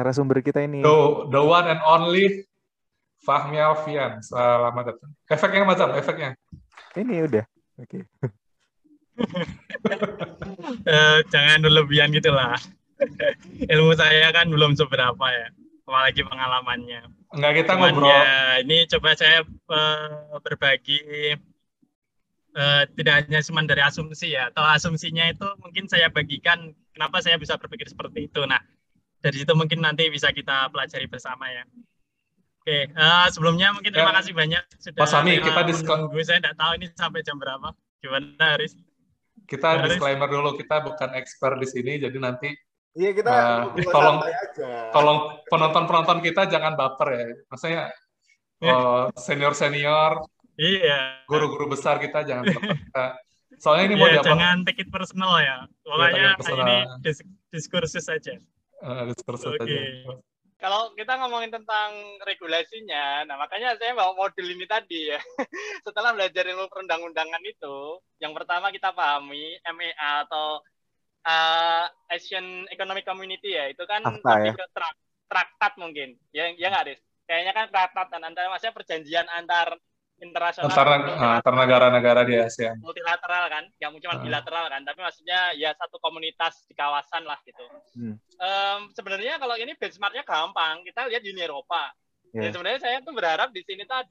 narasumber kita ini. The one and only Fahmi Alfian. Selamat datang. Efeknya macam efeknya. Ini udah. Oke. Jangan berlebihan gitulah. Ilmu saya kan belum seberapa ya, apalagi pengalamannya. Enggak, kita Cuman ngobrol. Ya, ini coba saya berbagi tidak hanya cuma dari asumsi ya, atau asumsinya itu mungkin saya bagikan kenapa saya bisa berpikir seperti itu. Nah, dari situ mungkin nanti bisa kita pelajari bersama ya. Oke, sebelumnya mungkin terima kasih banyak sudah Mas Fahmi, kita menunggu. Saya tidak tahu ini sampai jam berapa. Gimana, Haris? Kita disclaimer dulu, kita bukan expert di sini, jadi nanti Iya, kita tolong penonton kita jangan baper ya. Maksudnya senior, iya, guru-guru besar kita jangan baper. Soalnya ini mau jangan take it personal ya. Pokoknya ini diskursus saja. Diskursus aja. Kalau kita ngomongin tentang regulasinya, nah makanya saya bawa modul ini tadi ya. Setelah belajar ilmu perundang-undangan itu, yang pertama kita pahami MEA atau Asian Economic Community ya, itu kan lebih ke traktat mungkin. Ya nggak, Riz? Kayaknya kan traktat dan maksudnya perjanjian antar internasional, antar negara-negara di ASEAN, multilateral kan, nggak cuma bilateral kan, tapi maksudnya ya satu komunitas di kawasan lah gitu. Sebenarnya kalau ini benchmarknya gampang, kita lihat Uni Eropa. Dan sebenarnya saya tuh berharap di sini tuh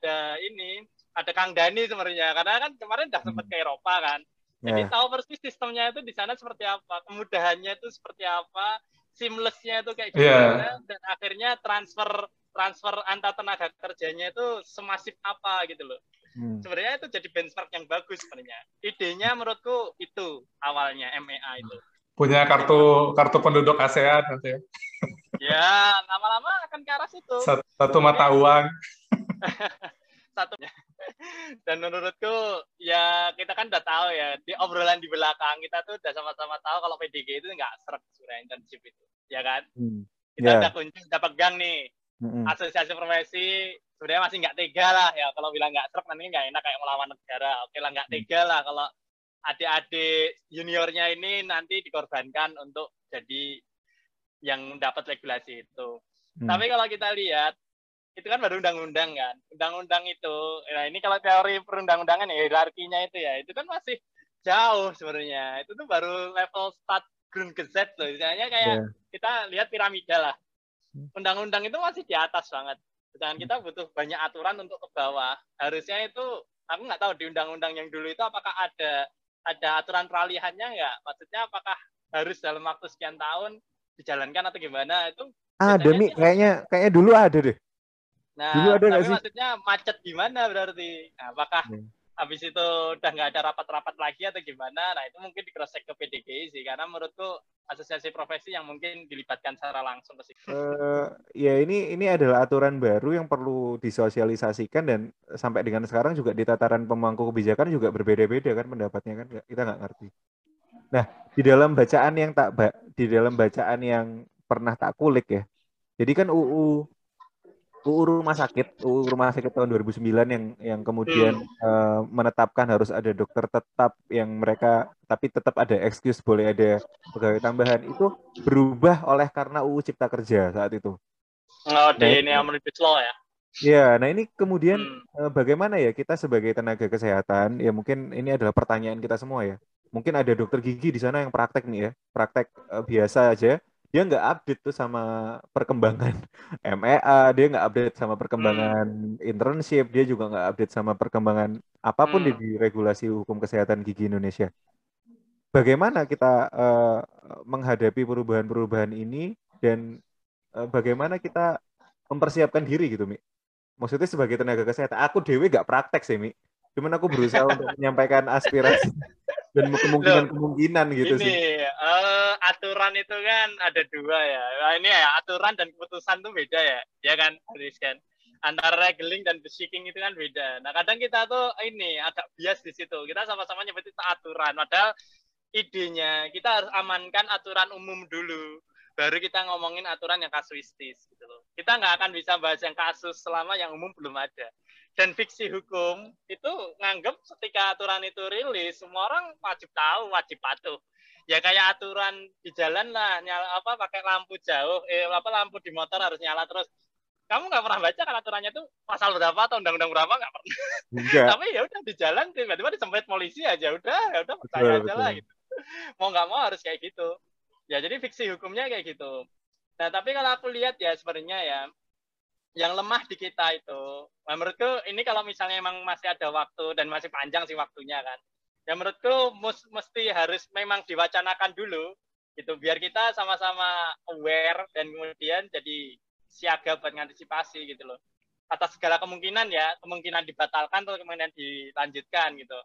ada Kang Dani sebenarnya, karena kan kemarin udah sempat ke Eropa kan, jadi tahu persis sistemnya itu di sana seperti apa, kemudahannya itu seperti apa, seamlessnya itu kayak gimana, dan akhirnya transfer antar tenaga kerjanya itu semasif apa gitu loh. Sebenarnya itu jadi benchmark yang bagus sebenarnya. Idenya menurutku itu awalnya MEA itu. Punya kartu penduduk ASEAN nanti ya. Ya, lama-lama akan ke arah situ. Satu mata uang. Satunya. Dan menurutku ya kita kan udah tahu ya, di obrolan di belakang kita tuh udah sama-sama tahu kalau PDG itu nggak seret sebenarnya internship itu. Ya kan? Kita udah kunci, udah pegang nih. Asosiasi profesi sebenarnya masih nggak tega lah ya kalau bilang nggak serap, nanti nggak enak kayak melawan negara. Oke lah, nggak tega lah kalau adik-adik juniornya ini nanti dikorbankan untuk jadi yang dapat regulasi itu. Tapi kalau kita lihat itu kan baru undang-undang kan, undang-undang itu. Nah ini kalau teori perundang-undangan ya hierarkinya itu ya, itu kan masih jauh sebenarnya. Itu tuh baru level start Grundgesetz loh. Misalnya kayak kita lihat piramida lah. Undang-undang itu masih di atas banget. Sedangkan kita butuh banyak aturan untuk ke bawah. Harusnya itu, aku nggak tahu di undang-undang yang dulu itu apakah ada aturan peralihannya nggak? Maksudnya apakah harus dalam waktu sekian tahun dijalankan atau gimana? Itu ada Mi, kayaknya dulu ada deh. Nah, dulu ada tapi maksudnya macet gimana berarti? Nah, apakah habis itu udah nggak ada rapat-rapat lagi atau gimana? Nah, itu mungkin di cross check ke PDGI sih, karena menurutku asosiasi profesi yang mungkin dilibatkan secara langsung ke situ. Ya ini adalah aturan baru yang perlu disosialisasikan, dan sampai dengan sekarang juga di tataran pemangku kebijakan juga berbeda-beda kan pendapatnya kan, kita nggak ngerti. Nah, di dalam bacaan yang pernah tak kulik ya, jadi kan UU Rumah Sakit tahun 2009 yang kemudian menetapkan harus ada dokter tetap yang mereka, tapi tetap ada excuse, boleh ada pegawai tambahan, itu berubah karena UU Cipta Kerja saat itu. Ini Omnibus Law ya. Ya, nah ini kemudian bagaimana ya kita sebagai tenaga kesehatan, ya mungkin ini adalah pertanyaan kita semua ya. Mungkin ada dokter gigi di sana yang praktek nih ya, praktek biasa aja. Dia nggak update tuh sama perkembangan MEA, dia nggak update sama perkembangan internship, dia juga nggak update sama perkembangan apapun di regulasi hukum kesehatan gigi Indonesia. Bagaimana kita menghadapi perubahan-perubahan ini, dan bagaimana kita mempersiapkan diri gitu, Mi? Maksudnya sebagai tenaga kesehatan, aku dewe nggak praktek sih, Mi. Cuman aku berusaha untuk menyampaikan aspirasi dan kemungkinan gitu sih. Ini aturan itu kan ada dua ya. Nah, ini ya aturan dan keputusan tuh beda ya. Ya kan, Haris kan. Antara regeling dan bespeaking itu kan beda. Nah, kadang kita tuh ini agak bias di situ. Kita sama-sama nyebut itu aturan. Padahal idenya kita harus amankan aturan umum dulu. Baru kita ngomongin aturan yang kasuistis gitu loh. Kita nggak akan bisa bahas yang kasus selama yang umum belum ada. Dan fiksi hukum itu nganggap ketika aturan itu rilis, semua orang wajib tahu, wajib patuh. Ya kayak aturan di jalan lah, nyala apa pakai lampu jauh, lampu di motor harus nyala terus. Kamu nggak pernah baca kan aturannya tuh pasal berapa atau undang-undang berapa, nggak pernah. Enggak. Tapi ya udah di jalan tiba-tiba disemprit polisi aja, ya udah percaya Betul, aja betul. lah gitu. Mau nggak mau harus kayak gitu. Ya jadi fiksi hukumnya kayak gitu. Nah tapi kalau aku lihat ya sebenarnya ya yang lemah di kita itu, menurutku ini kalau misalnya emang masih ada waktu dan masih panjang sih waktunya kan. Ya menurutku mesti harus memang diwacanakan dulu gitu biar kita sama-sama aware dan kemudian jadi siaga buat mengantisipasi gitu loh. Atas segala kemungkinan ya, kemungkinan dibatalkan atau kemungkinan dilanjutkan gitu.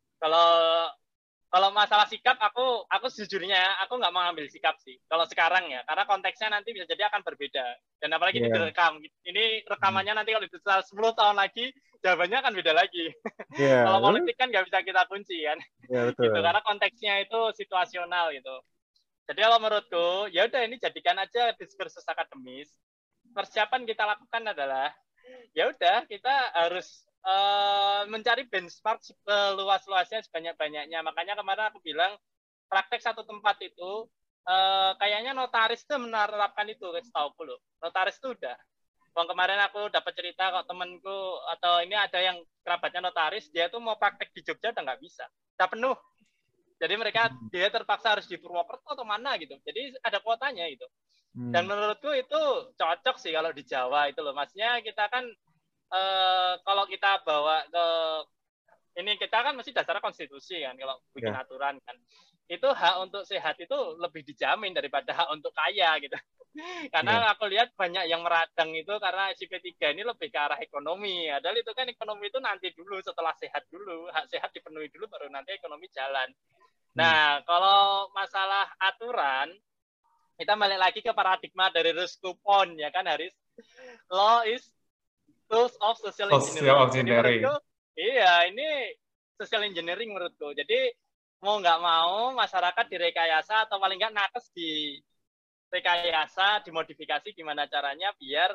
Kalau masalah sikap, aku sejujurnya aku nggak mau ambil sikap sih. Kalau sekarang ya, karena konteksnya nanti bisa jadi akan berbeda. Dan apalagi ini direkam. Ini rekamannya nanti kalau disetel 10 tahun lagi, jawabannya akan beda lagi. Kalau politik kan nggak bisa kita kunci kan. Gitu, karena konteksnya itu situasional gitu. Jadi kalau menurutku, ya udah ini jadikan aja diskursus akademis. Persiapan kita lakukan adalah, ya udah kita harus mencari benchmark luas-luasnya sebanyak-banyaknya. Makanya kemarin aku bilang praktek satu tempat itu kayaknya notaris itu menerapkan itu, setahu loh. Notaris itu udah. Kemarin aku dapat cerita kok temanku atau ini ada yang kerabatnya notaris, dia tuh mau praktek di Jogja udah nggak bisa, udah penuh. Jadi dia terpaksa harus di Purwokerto atau mana gitu. Jadi ada kuotanya gitu. Dan menurutku itu cocok sih kalau di Jawa itu loh. Maksudnya kita kan kalau kita bawa ke ini kita kan mesti dasarnya konstitusi kan kalau bikin aturan kan. Itu hak untuk sehat itu lebih dijamin daripada hak untuk kaya gitu. Karena aku lihat banyak yang meradang itu karena SP3 ini lebih ke arah ekonomi. Padahal itu kan ekonomi itu nanti dulu setelah sehat dulu, hak sehat dipenuhi dulu baru nanti ekonomi jalan. Nah, kalau masalah aturan kita balik lagi ke paradigma dari Ruskin ya kan Haris. Law is tools of social engineering. Iya, ini social engineering menurutku. Jadi mau nggak mau masyarakat direkayasa atau paling nggak nakes di rekayasa, dimodifikasi gimana caranya biar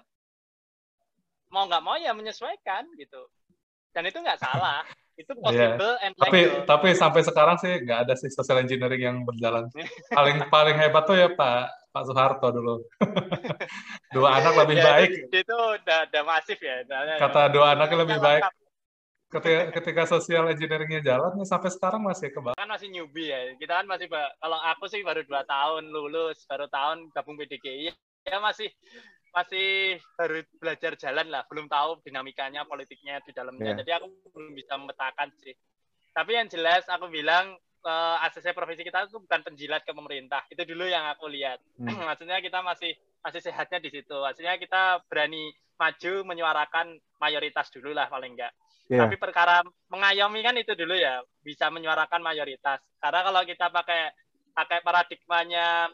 mau nggak mau ya menyesuaikan gitu. Dan itu nggak salah. Itu possible and legal. Tapi sampai sekarang sih nggak ada sih social engineering yang berjalan. Paling hebat tuh ya Pak Soeharto dulu. 2 anak lebih baik. Itu udah masif ya. Kata 2 anaknya lebih baik. Ketika social engineering-nya jalan, ya sampai sekarang masih kebal. Kan masih newbie ya. Kita kan masih, kalau aku sih baru 2 tahun lulus, baru tahun gabung PDGI. Ya masih baru belajar jalan lah. Belum tahu dinamikanya, politiknya di dalamnya. Jadi aku belum bisa memetakan sih. Tapi yang jelas aku bilang, ACC profesi kita itu bukan penjilat ke pemerintah. Itu dulu yang aku lihat. Maksudnya kita masih sehatnya di situ. Maksudnya kita berani maju menyuarakan mayoritas dulu lah paling enggak. Tapi perkara mengayomi kan itu dulu ya, bisa menyuarakan mayoritas. Karena kalau kita pakai paradigmanya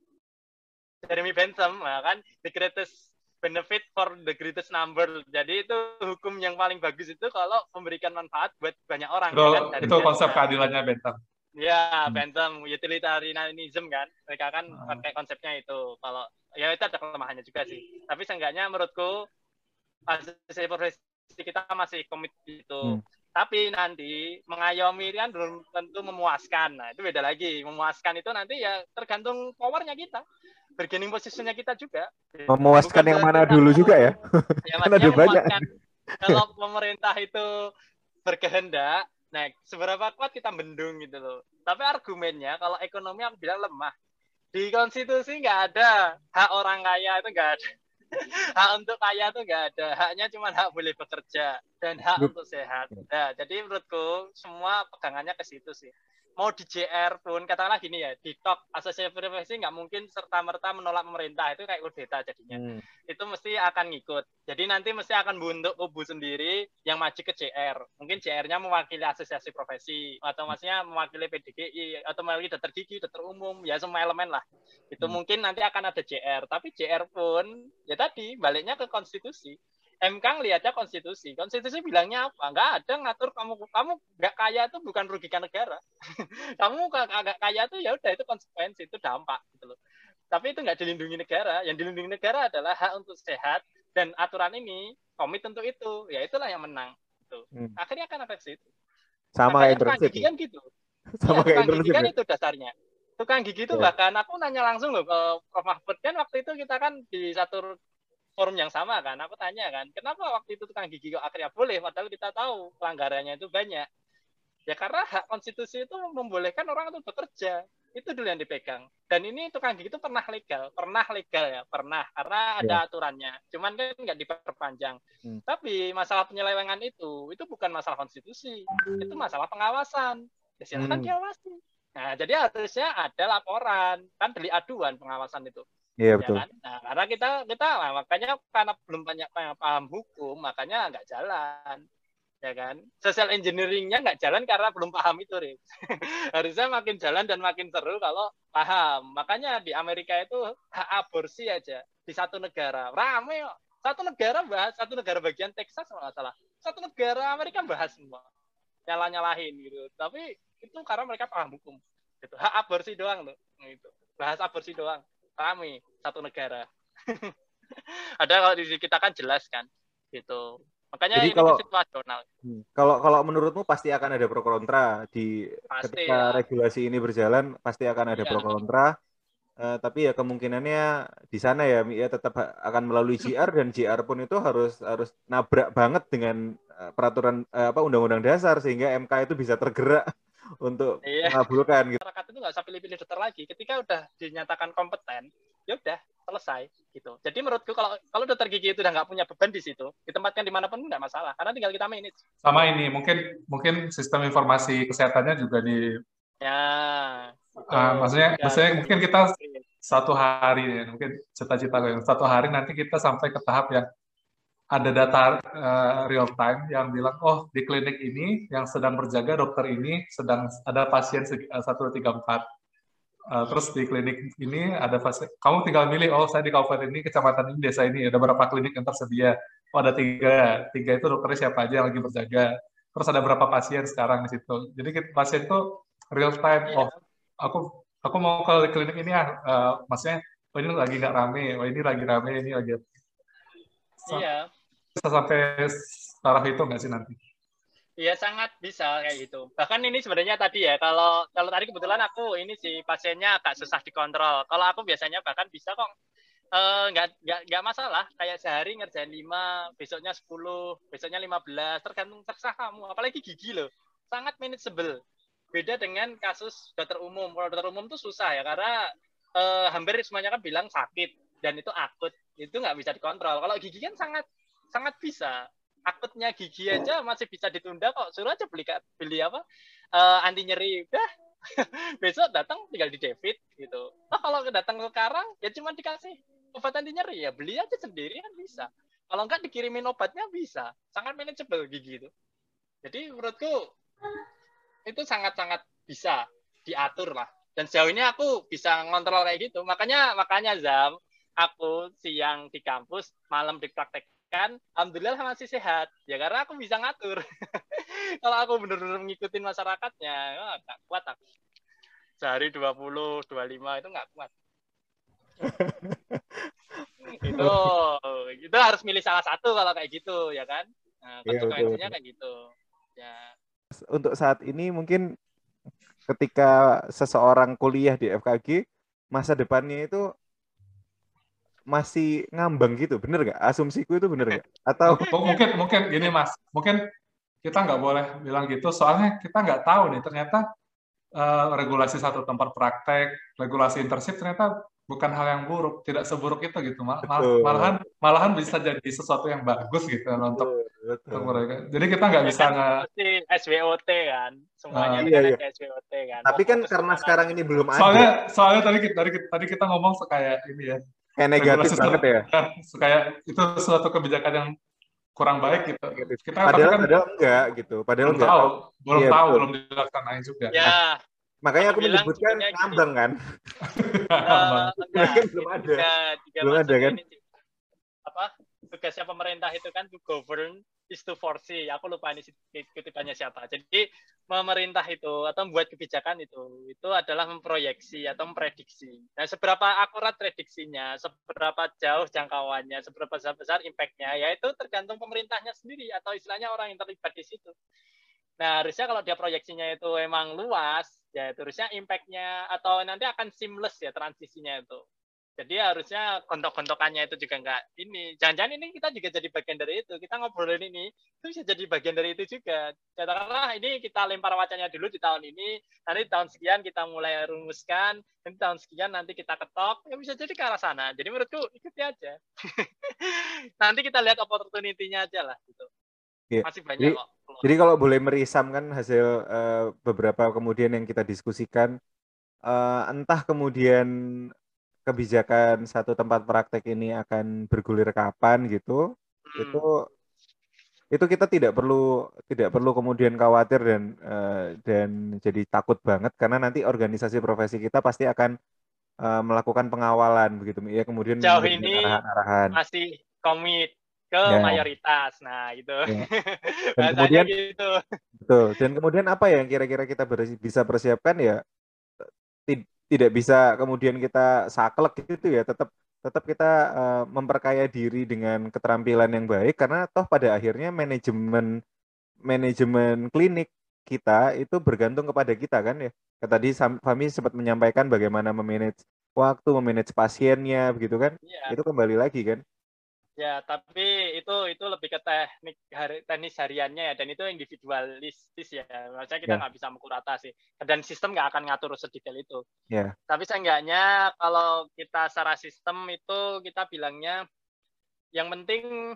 Jeremy Bentham, kan the greatest benefit for the greatest number. Jadi itu hukum yang paling bagus itu kalau memberikan manfaat buat banyak orang. Itu konsep keadilannya Bentham. Ya, Bentham, utilitarianism kan. Mereka kan pakai konsepnya itu. Kalau ya itu ada kelemahannya juga sih. Tapi seenggaknya menurutku asasi profesi kita masih komit gitu. Tapi nanti mengayomi kan belum tentu memuaskan. Nah, itu beda lagi. Memuaskan itu nanti ya tergantung powernya kita. Bargaining positionnya kita juga. Memuaskan bukan yang mana dulu juga ya? Ya kan ada banyak. Kalau pemerintah itu berkehendak, nah seberapa kuat kita bendung gitu loh. Tapi argumennya kalau ekonomi aku bilang lemah. Di konstitusi nggak ada hak orang kaya, itu nggak ada. Hak untuk kaya itu nggak ada. Haknya cuma hak boleh bekerja dan hak untuk sehat. Nah, jadi menurutku semua pegangannya ke situ sih. Mau di JR pun, katakanlah gini ya, di TOK, asosiasi profesi nggak mungkin serta-merta menolak pemerintah. Itu kayak kudeta jadinya. Itu mesti akan ngikut. Jadi nanti mesti akan bentuk kubu sendiri yang maju ke JR. Mungkin JR-nya mewakili asosiasi profesi, atau maksudnya mewakili PDGI, atau mewakili dokter gigi, dokter umum, ya semua elemen lah. Itu mungkin nanti akan ada JR. Tapi JR pun, ya tadi, baliknya ke konstitusi. MK ngelihatnya konstitusi. Konstitusi bilangnya apa? Nggak ada ngatur kamu nggak kaya itu bukan merugikan negara. Kamu agak kaya itu ya udah itu konsekuensi, itu dampak gitu loh. Tapi itu nggak dilindungi negara. Yang dilindungi negara adalah hak untuk sehat dan aturan ini komit untuk itu. Ya itulah yang menang. Gitu. Akhirnya akan ada situ. Sama kayak internship. Kan gitu. Sama kayak internship. Kan itu dasarnya. tukang gigi itu bahkan aku nanya langsung loh ke Prof. Mahfud kan waktu itu kita kan di satu forum yang sama kan, aku tanya kan, kenapa waktu itu tukang gigi kok akhirnya boleh, padahal kita tahu pelanggarannya itu banyak. Ya karena hak konstitusi itu membolehkan orang itu bekerja, itu dulu yang dipegang. Dan ini tukang gigi itu pernah legal ya, karena ada aturannya. Cuman kan nggak diperpanjang. Tapi masalah penyelewengan itu bukan masalah konstitusi, itu masalah pengawasan. Ya silakan diawasi. Nah, jadi harusnya ada laporan, kan delik aduan pengawasan itu. Iya, betul. Ya kan? Nah, karena kita makanya karena belum banyak paham hukum, makanya nggak jalan. Ya kan? Social engineering-nya nggak jalan karena belum paham itu, Riz. Harusnya makin jalan dan makin seru kalau paham. Makanya di Amerika itu hak aborsi aja di satu negara. Rame kok. Satu negara bahas, satu negara bagian Texas kalau nggak salah. Satu negara Amerika bahas semua. Nyala-nyalahin gitu. Tapi itu karena mereka paham hukum. Gitu. Hak aborsi doang tuh. Gitu. Bahas aborsi doang. Rame satu negara. Ada kalau di kita kan jelas kan. Gitu. Makanya jadi ini situasional. Kalau menurutmu pasti akan ada pro kontra Pasti, ketika regulasi ini berjalan, pasti akan ada pro kontra. Tapi ya kemungkinannya di sana ya tetap akan melalui JR, dan JR pun itu harus nabrak banget dengan peraturan undang-undang dasar sehingga MK itu bisa tergerak untuk mengabulkan gitu. Masyarakat itu nggak usah pilih-pilih dokter lagi. Ketika udah dinyatakan kompeten, ya udah selesai gitu. Jadi menurutku kalau dokter gigi itu udah nggak punya beban di situ, ditempatkan dimanapun nggak masalah, karena tinggal kita manage. Sama ini mungkin sistem informasi kesehatannya juga di. Maksudnya mungkin kita satu hari ya, mungkin cita-cita satu hari nanti kita sampai ke tahap yang ada data real time yang bilang, oh di klinik ini yang sedang berjaga dokter ini sedang ada pasien 134. Terus di klinik ini ada pasien, kamu tinggal milih, oh saya di kabupaten ini, kecamatan ini, desa ini, ada berapa klinik yang tersedia. Oh ada tiga itu dokternya siapa aja yang lagi berjaga. Terus ada berapa pasien sekarang di situ. Jadi pasien itu real time, oh aku mau ke klinik ini ya, maksudnya, oh ini lagi nggak rame, oh ini lagi rame, ini lagi. Bisa sampai taraf itu nggak sih nanti? Iya, sangat bisa kayak gitu. Bahkan ini sebenarnya tadi ya, kalau tadi kebetulan aku ini si pasiennya agak susah dikontrol. Kalau aku biasanya bahkan bisa kok, nggak masalah. Kayak sehari ngerjain 5, besoknya 10, besoknya 15, terserah kamu. Apalagi gigi loh, sangat manageable. Beda dengan kasus dokter umum. Kalau dokter umum tuh susah ya, karena hampir semuanya kan bilang sakit dan itu akut, itu nggak bisa dikontrol. Kalau gigi kan sangat bisa. Akutnya gigi aja masih bisa ditunda kok. Suruh aja beli anti nyeri, udah besok datang tinggal di debit gitu. Kalau datang sekarang ya cuma dikasih obat anti nyeri, ya beli aja sendiri kan bisa. Kalau enggak dikirimin obatnya bisa. Sangat manageable gigi itu. Jadi menurutku itu sangat-sangat bisa diatur lah. Dan sejauh ini aku bisa ngontrol kayak gitu. Makanya Zam, aku siang di kampus, malam dipraktek. Alhamdulillah masih sehat ya, karena aku bisa ngatur. Kalau aku benar-benar ngikutin masyarakatnya, nggak kuat aku. Sehari 20, 25 itu nggak kuat. itu harus milih salah satu kalau kayak gitu ya kan. Nah, konsekuensinya kayak gitu ya. Untuk saat ini mungkin ketika seseorang kuliah di FKG, masa depannya itu masih ngambang gitu, bener nggak? Asumsiku itu bener nggak? Atau mungkin gini Mas, mungkin kita nggak boleh bilang gitu, soalnya kita nggak tahu nih ternyata regulasi satu tempat praktek, regulasi internship ternyata bukan hal yang buruk, tidak seburuk itu gitu, malahan bisa jadi sesuatu yang bagus gitu untuk mereka. Jadi kita nggak bisa SWOT kan, semuanya dengan SWOT kan. Tapi kan karena sekarang ini belum ada. Soalnya tadi kita ngomong kayak ini ya. Kayak negatif banget ya. Kayak itu suatu kebijakan yang kurang baik gitu. Padahal enggak gitu. Padahal belum dilaksanain juga. Ya. Makanya aku menyebutkan ngambang kan. Belum ada kan. Tugasnya pemerintah itu kan to govern is to foresee. Aku lupa ini kutipannya siapa. Jadi pemerintah itu atau membuat kebijakan itu adalah memproyeksi atau memprediksi. Nah, seberapa akurat prediksinya, seberapa jauh jangkauannya, seberapa besar impact-nya, ya itu tergantung pemerintahnya sendiri atau istilahnya orang yang terlibat di situ. Nah, harusnya kalau dia proyeksinya itu emang luas, ya terusnya impact-nya atau nanti akan seamless ya transisinya itu. Jadi harusnya gontok-gontokannya itu juga nggak ini. Jangan-jangan ini kita juga jadi bagian dari itu. Kita ngobrolin ini, itu bisa jadi bagian dari itu juga. Katakanlah ini kita lempar wacannya dulu di tahun ini, nanti tahun sekian kita mulai rumuskan, nanti tahun sekian nanti kita ketok, ya bisa jadi ke arah sana. Jadi menurutku ikuti aja. Nanti kita lihat opportunity-nya aja lah gitu. Iya. Masih banyak kok. Jadi kalau boleh merisam kan hasil beberapa kemudian yang kita diskusikan, entah kemudian kebijakan satu tempat praktek ini akan bergulir kapan gitu, itu kita tidak perlu kemudian khawatir dan jadi takut banget karena nanti organisasi profesi kita pasti akan melakukan pengawalan begitu ya, kemudian jauh ini arahan-arahan. Masih komit ke mayoritas, nah gitu. Ya. Dan kemudian gitu. Betul. Dan kemudian apa yang kira-kira kita bisa persiapkan ya? Tidak bisa kemudian kita saklek gitu ya, tetap kita memperkaya diri dengan keterampilan yang baik karena toh pada akhirnya manajemen klinik kita itu bergantung kepada kita kan ya. Tadi Fahmi sempat menyampaikan bagaimana memanage waktu, memanage pasiennya begitu kan. Ya. Itu kembali lagi kan. Ya, tapi itu lebih ke teknis hariannya ya, dan itu individualistis ya. Maksudnya kita nggak bisa mengukur rata sih. Dan sistem nggak akan ngatur sedetail itu. Yeah. Tapi seenggaknya kalau kita secara sistem itu kita bilangnya yang penting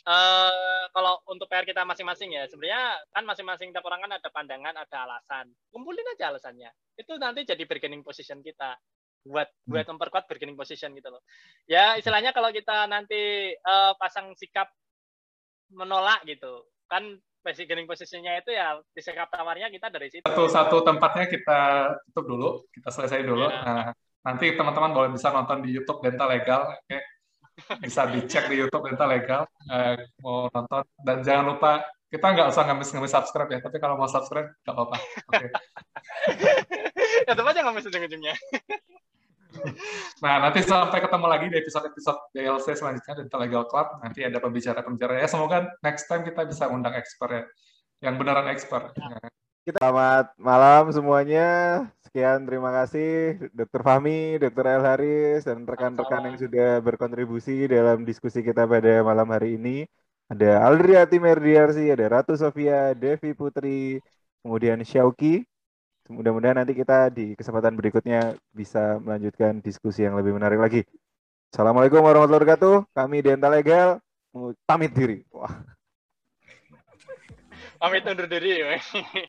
kalau untuk PR kita masing-masing ya, sebenarnya kan masing-masing tiap orang kan ada pandangan, ada alasan. Kumpulin aja alasannya. Itu nanti jadi bargaining position kita. buat memperkuat bargaining position gitu loh. Ya istilahnya kalau kita nanti pasang sikap menolak gitu, kan bargaining positionnya itu ya di sikap tawarnya kita dari situ. Satu tempatnya kita tutup dulu, kita selesai dulu. Ya. Nah, nanti teman-teman boleh bisa nonton di YouTube Dental Legal, oke? Bisa dicek di YouTube Dental Legal, mau nonton, dan jangan lupa kita nggak usah ngemis subscribe ya, tapi kalau mau subscribe nggak apa-apa. Oke. Ya tetap aja ngemis ujung-ujungnya. Nah, nanti sampai ketemu lagi di episode-episode DLC selanjutnya Dental Legal Club. Nanti ada pembicara-pembicara ya. Semoga next time kita bisa undang expert ya, yang beneran expert. Selamat malam semuanya. Sekian, terima kasih Dr. Fahmi, Dr. El Haris, dan rekan-rekan yang sudah berkontribusi dalam diskusi kita pada malam hari ini. Ada Aldriati Merdiarsi, ada Ratu Sofia, Devi Putri, kemudian Syauki. Mudah-mudahan nanti kita di kesempatan berikutnya bisa melanjutkan diskusi yang lebih menarik lagi. Assalamualaikum warahmatullahi wabarakatuh. Kami Dental Legal pamit diri. Wah. Pamit undur diri.